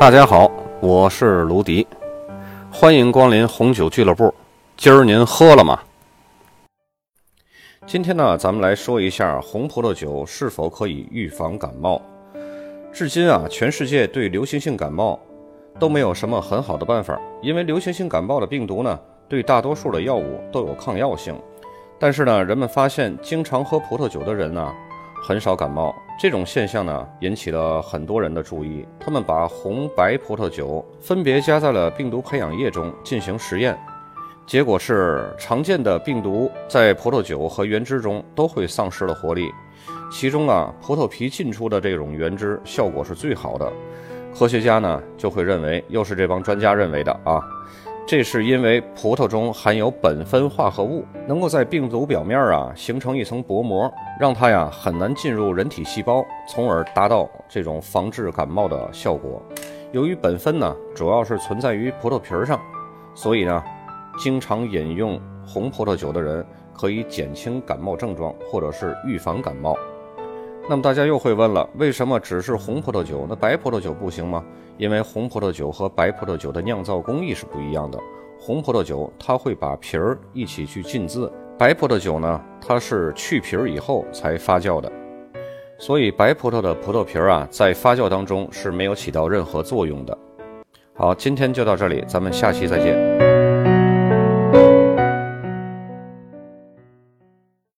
大家好，我是卢迪，欢迎光临红酒俱乐部。今儿您喝了吗？今天呢，咱们来说一下红葡萄酒是否可以预防感冒。至今啊，全世界对流行性感冒都没有什么很好的办法，因为流行性感冒的病毒呢，对大多数的药物都有抗药性。但是呢，人们发现经常喝葡萄酒的人呢，很少感冒。这种现象呢，引起了很多人的注意。他们把红白葡萄酒分别加在了病毒培养液中进行实验，结果是常见的病毒在葡萄酒和原汁中都会丧失了活力。其中啊，葡萄皮浸出的这种原汁效果是最好的。科学家呢就会认为，又是这帮专家认为的啊，这是因为葡萄中含有苯酚化合物，能够在病毒表面啊形成一层薄膜，让它呀很难进入人体细胞，从而达到这种防治感冒的效果。由于苯酚呢主要是存在于葡萄皮上，所以呢经常饮用红葡萄酒的人可以减轻感冒症状，或者是预防感冒。那么大家又会问了，为什么只是红葡萄酒，那白葡萄酒不行吗？因为红葡萄酒和白葡萄酒的酿造工艺是不一样的。红葡萄酒它会把皮儿一起去浸渍，白葡萄酒呢它是去皮儿以后才发酵的，所以白葡萄的葡萄皮儿啊在发酵当中是没有起到任何作用的。好，今天就到这里，咱们下期再见。